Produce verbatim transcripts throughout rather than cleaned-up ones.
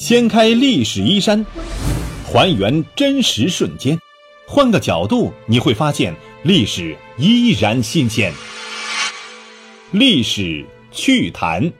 掀开历史衣衫，还原真实瞬间，换个角度你会发现历史依然新鲜。历史趣谈。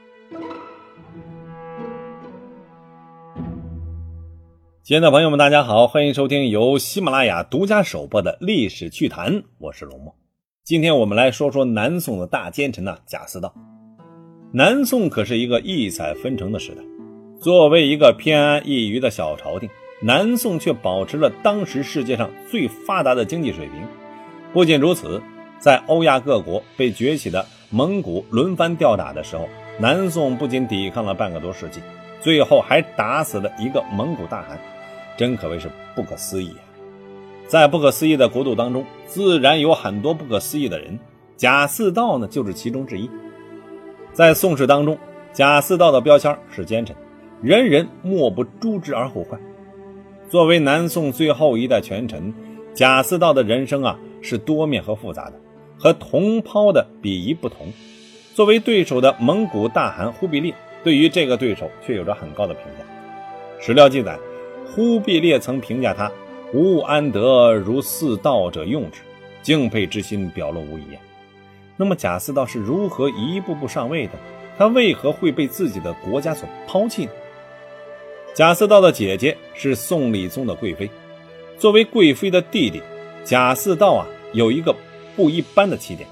亲爱的朋友们，大家好，欢迎收听由喜马拉雅独家首播的历史趣谈，我是龙墨。今天我们来说说南宋的大奸臣啊，贾似道。南宋可是一个异彩纷呈的时代，作为一个偏安一隅的小朝廷，南宋却保持了当时世界上最发达的经济水平。不仅如此，在欧亚各国被崛起的蒙古轮番吊打的时候，南宋不仅抵抗了半个多世纪，最后还打死了一个蒙古大汗，真可谓是不可思议啊！在不可思议的国度当中，自然有很多不可思议的人，贾似道呢就是其中之一。在宋史当中，贾似道的标签是奸臣，人人莫不诛之而后快。作为南宋最后一代权臣，贾似道的人生啊是多面和复杂的，和同胞的鄙夷不同。作为对手的蒙古大汗忽必烈，对于这个对手却有着很高的评价。史料记载，忽必烈曾评价他无安得如似道者用之，敬佩之心表露无遗。那么贾似道是如何一步步上位的？他为何会被自己的国家所抛弃呢？贾似道的姐姐是宋理宗的贵妃，作为贵妃的弟弟，贾似道啊有一个不一般的起点。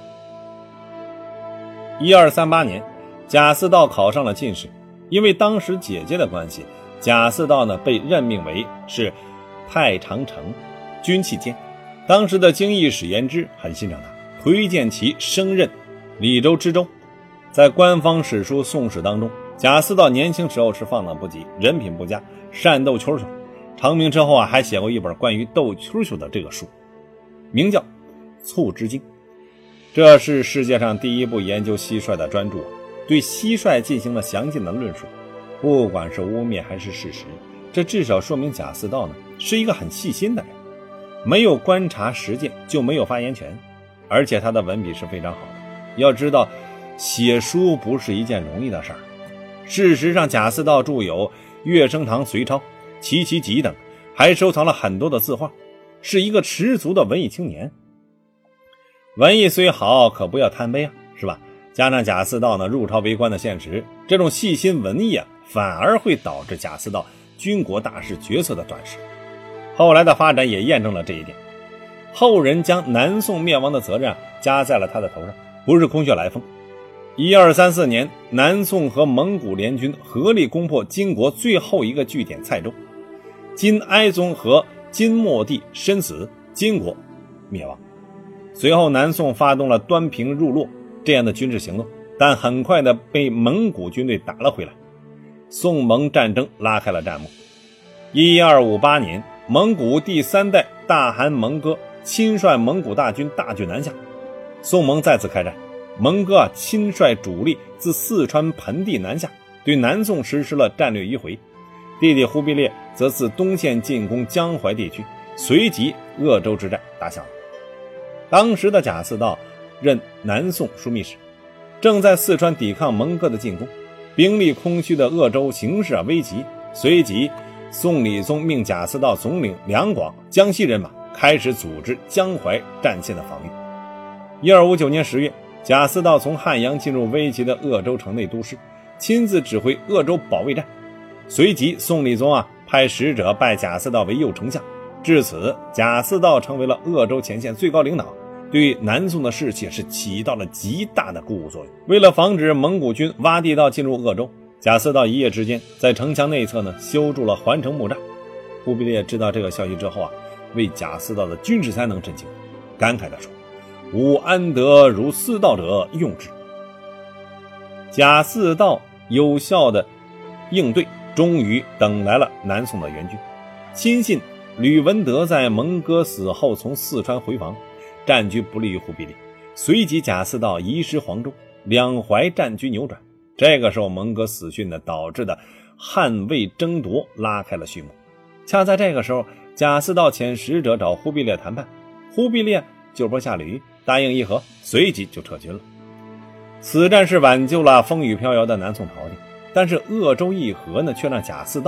一二三八年，贾似道考上了进士，因为当时姐姐的关系，贾似道呢被任命为是太常丞，军器监。当时的京义史言之很欣赏他，推荐其升任李州知州。在官方史书《宋史》当中，贾似道年轻时候是放荡不羁，人品不佳，善斗球球。成名之后啊，还写过一本关于斗球球的这个书，名叫《促织经》。这是世界上第一部研究蟋蟀的专著，对蟋蟀进行了详尽的论述。不管是污蔑还是事实，这至少说明贾似道呢是一个很细心的人，没有观察实践就没有发言权，而且他的文笔是非常好的。要知道写书不是一件容易的事儿。事实上，贾似道著有《乐生堂随钞》《齐齐集》等，还收藏了很多的字画，是一个十足的文艺青年。文艺虽好，可不要贪杯啊，是吧？加上贾似道呢入朝为官的现实，这种细心文艺啊，反而会导致贾似道军国大事决策的短视。后来的发展也验证了这一点。后人将南宋灭亡的责任啊加在了他的头上，不是空穴来风。一二三四年，南宋和蒙古联军合力攻破金国最后一个据点蔡州，金哀宗和金末帝身死，金国灭亡。随后南宋发动了端平入洛这样的军事行动，但很快的被蒙古军队打了回来。宋蒙战争拉开了战幕。一二五八年，蒙古第三代大汗蒙哥亲率蒙古大军大举南下，宋蒙再次开战。蒙哥啊亲率主力自四川盆地南下，对南宋实施了战略迂回。弟弟忽必烈则自东线进攻江淮地区，随即鄂州之战打响了。当时的贾似道任南宋枢密使，正在四川抵抗蒙哥的进攻，兵力空虚的鄂州形势啊危急。随即宋理宗命贾似道总领两广、江西人马，开始组织江淮战线的防御。一二五九年十月，贾似道从汉阳进入危急的鄂州城内都师，亲自指挥鄂州保卫战。随即宋理宗啊派使者拜贾似道为右丞相，至此贾似道成为了鄂州前线最高领导，对南宋的士气是起到了极大的鼓舞作用。为了防止蒙古军挖地道进入鄂州，贾似道一夜之间在城墙内侧呢修筑了环城木栅。忽必烈知道这个消息之后啊，为贾似道的军事才能震惊，感慨地说：“吾安得如似道者用之。”贾似道有效的应对，终于等来了南宋的援军。亲信吕文德在蒙哥死后从四川回防，战局不利于忽必烈，随即贾似道移师黄州，两淮战局扭转。这个时候蒙哥死讯呢导致的汉魏争夺拉开了序幕。恰在这个时候，贾似道遣使者找忽必烈谈判，忽必烈就坡下驴，答应议和，随即就撤军了。此战是挽救了风雨飘摇的南宋朝廷，但是鄂州议和呢，却让贾似道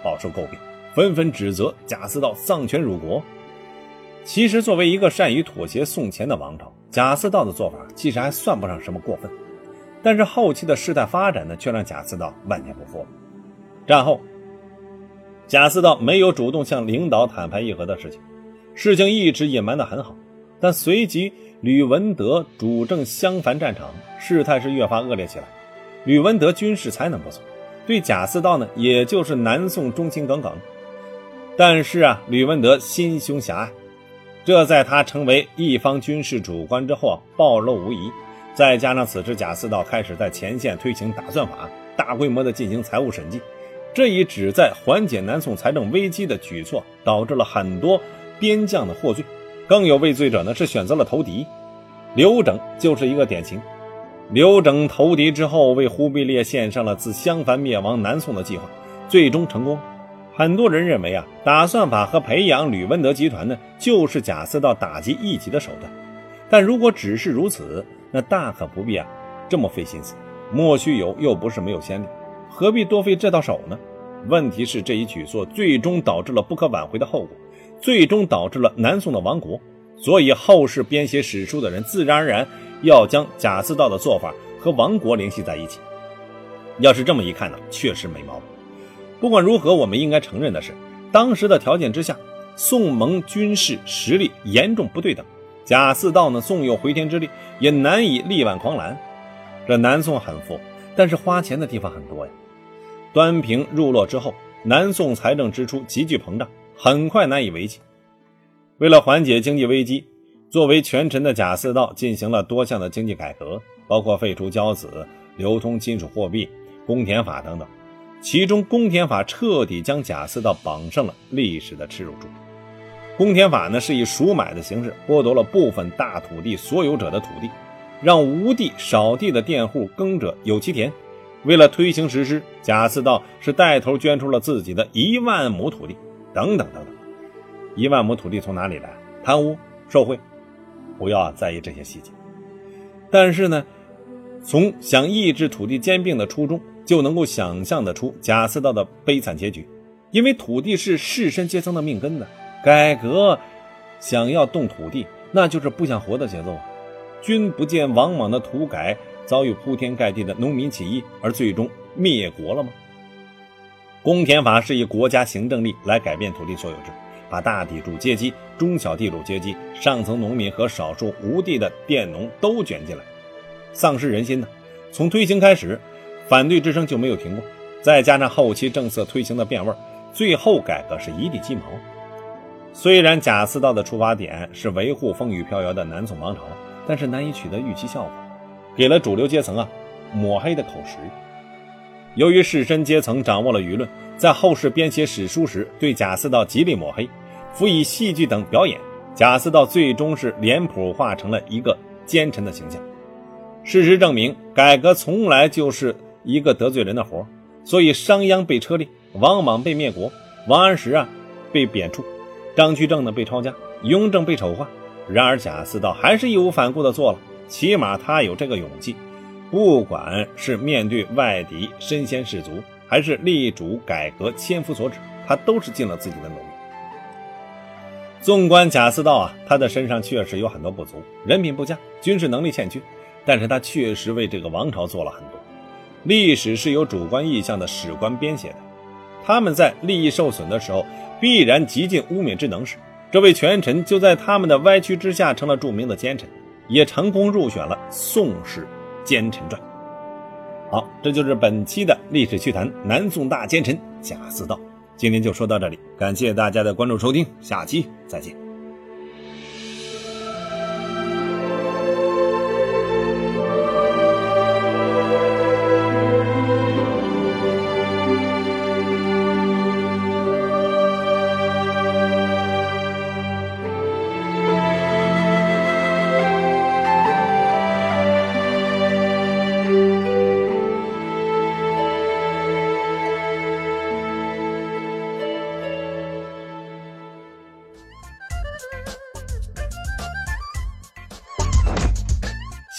饱受诟病，纷纷指责贾似道丧权辱国。其实作为一个善于妥协送钱的王朝，贾似道的做法其实还算不上什么过分，但是后期的事态发展呢，却让贾似道万年不复了。战后贾似道没有主动向领导坦白议和的事情，事情一直隐瞒得很好，但随即吕文德主政襄樊战场，事态是越发恶劣起来。吕文德军事才能不错，对贾似道呢也就是南宋忠心耿耿，但是啊吕文德心胸狭隘，这在他成为一方军事主官之后啊暴露无遗。再加上此时贾似道开始在前线推行打算法，大规模的进行财务审计，这一旨在缓解南宋财政危机的举措导致了很多边将的获罪，更有畏罪者呢是选择了投敌。刘整就是一个典型。刘整投敌之后，为忽必烈献上了自襄樊灭亡南宋的计划，最终成功。很多人认为啊，打算法和培养吕文德集团呢，就是贾似道打击异己的手段。但如果只是如此，那大可不必啊这么费心思。莫须有又不是没有先例，何必多费这道手呢？问题是这一举措最终导致了不可挽回的后果，最终导致了南宋的亡国。所以后世编写史书的人自然而然要将贾似道的做法和亡国联系在一起。要是这么一看呢，确实没毛病。不管如何，我们应该承认的是，当时的条件之下，宋蒙军事实力严重不对等，贾似道呢纵有回天之力，也难以力挽狂澜。这南宋很富，但是花钱的地方很多呀。端平入落之后，南宋财政支出急剧膨胀，很快难以为继。为了缓解经济危机，作为权臣的贾似道进行了多项的经济改革，包括废除交子、流通金属货币、公田法等等。其中公田法彻底将贾似道绑上了历史的耻辱柱。公田法呢是以赎买的形式剥夺了部分大土地所有者的土地，让无地少地的佃户耕者有其田。为了推行实施，贾似道是带头捐出了自己的一万亩土地，等等等等。一万亩土地从哪里来？贪污受贿？不要在意这些细节。但是呢，从想抑制土地兼并的初衷，就能够想象得出贾似道的悲惨结局。因为土地是士绅阶层的命根的，改革想要动土地，那就是不想活的节奏。君不见王莽的土改遭遇铺天盖地的农民起义，而最终灭国了吗？公田法是以国家行政力来改变土地所有制，把大地主阶级、中小地主阶级、上层农民和少数无地的佃农都卷进来，丧失人心呢。从推行开始，反对之声就没有停过，再加上后期政策推行的变味，最后改革是一地鸡毛。虽然贾似道的出发点是维护风雨飘摇的南宋王朝，但是难以取得预期效果，给了主流阶层啊抹黑的口实。由于士绅阶层掌握了舆论，在后世编写史书时对贾似道极力抹黑，辅以戏剧等表演，贾似道最终是脸谱化成了一个奸臣的形象。事实证明，改革从来就是一个得罪人的活，所以商鞅被车裂，王莽被灭国，王安石啊被贬黜，张居正呢被抄家，雍正被丑化。然而贾似道还是义无反顾地做了，起码他有这个勇气，不管是面对外敌身先士卒，还是力主改革千夫所指，他都是尽了自己的努力。纵观贾似道啊，他的身上确实有很多不足，人品不佳，军事能力欠缺，但是他确实为这个王朝做了很多。历史是由主观意向的史官编写的，他们在利益受损的时候必然极尽污蔑之能事，这位权臣就在他们的歪曲之下成了著名的奸臣，也成功入选了《宋史奸臣传》。好，这就是本期的历史趣谈南宋大奸臣贾似道，今天就说到这里，感谢大家的关注收听，下期再见。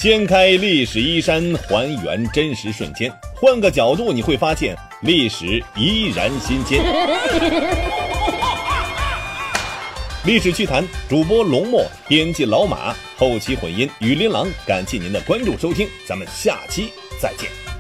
掀开历史衣衫，还原真实瞬间，换个角度你会发现历史依然新鲜。历史趣谈，主播龙墨，编辑老马，后期混音雨林郎。感谢您的关注收听，咱们下期再见。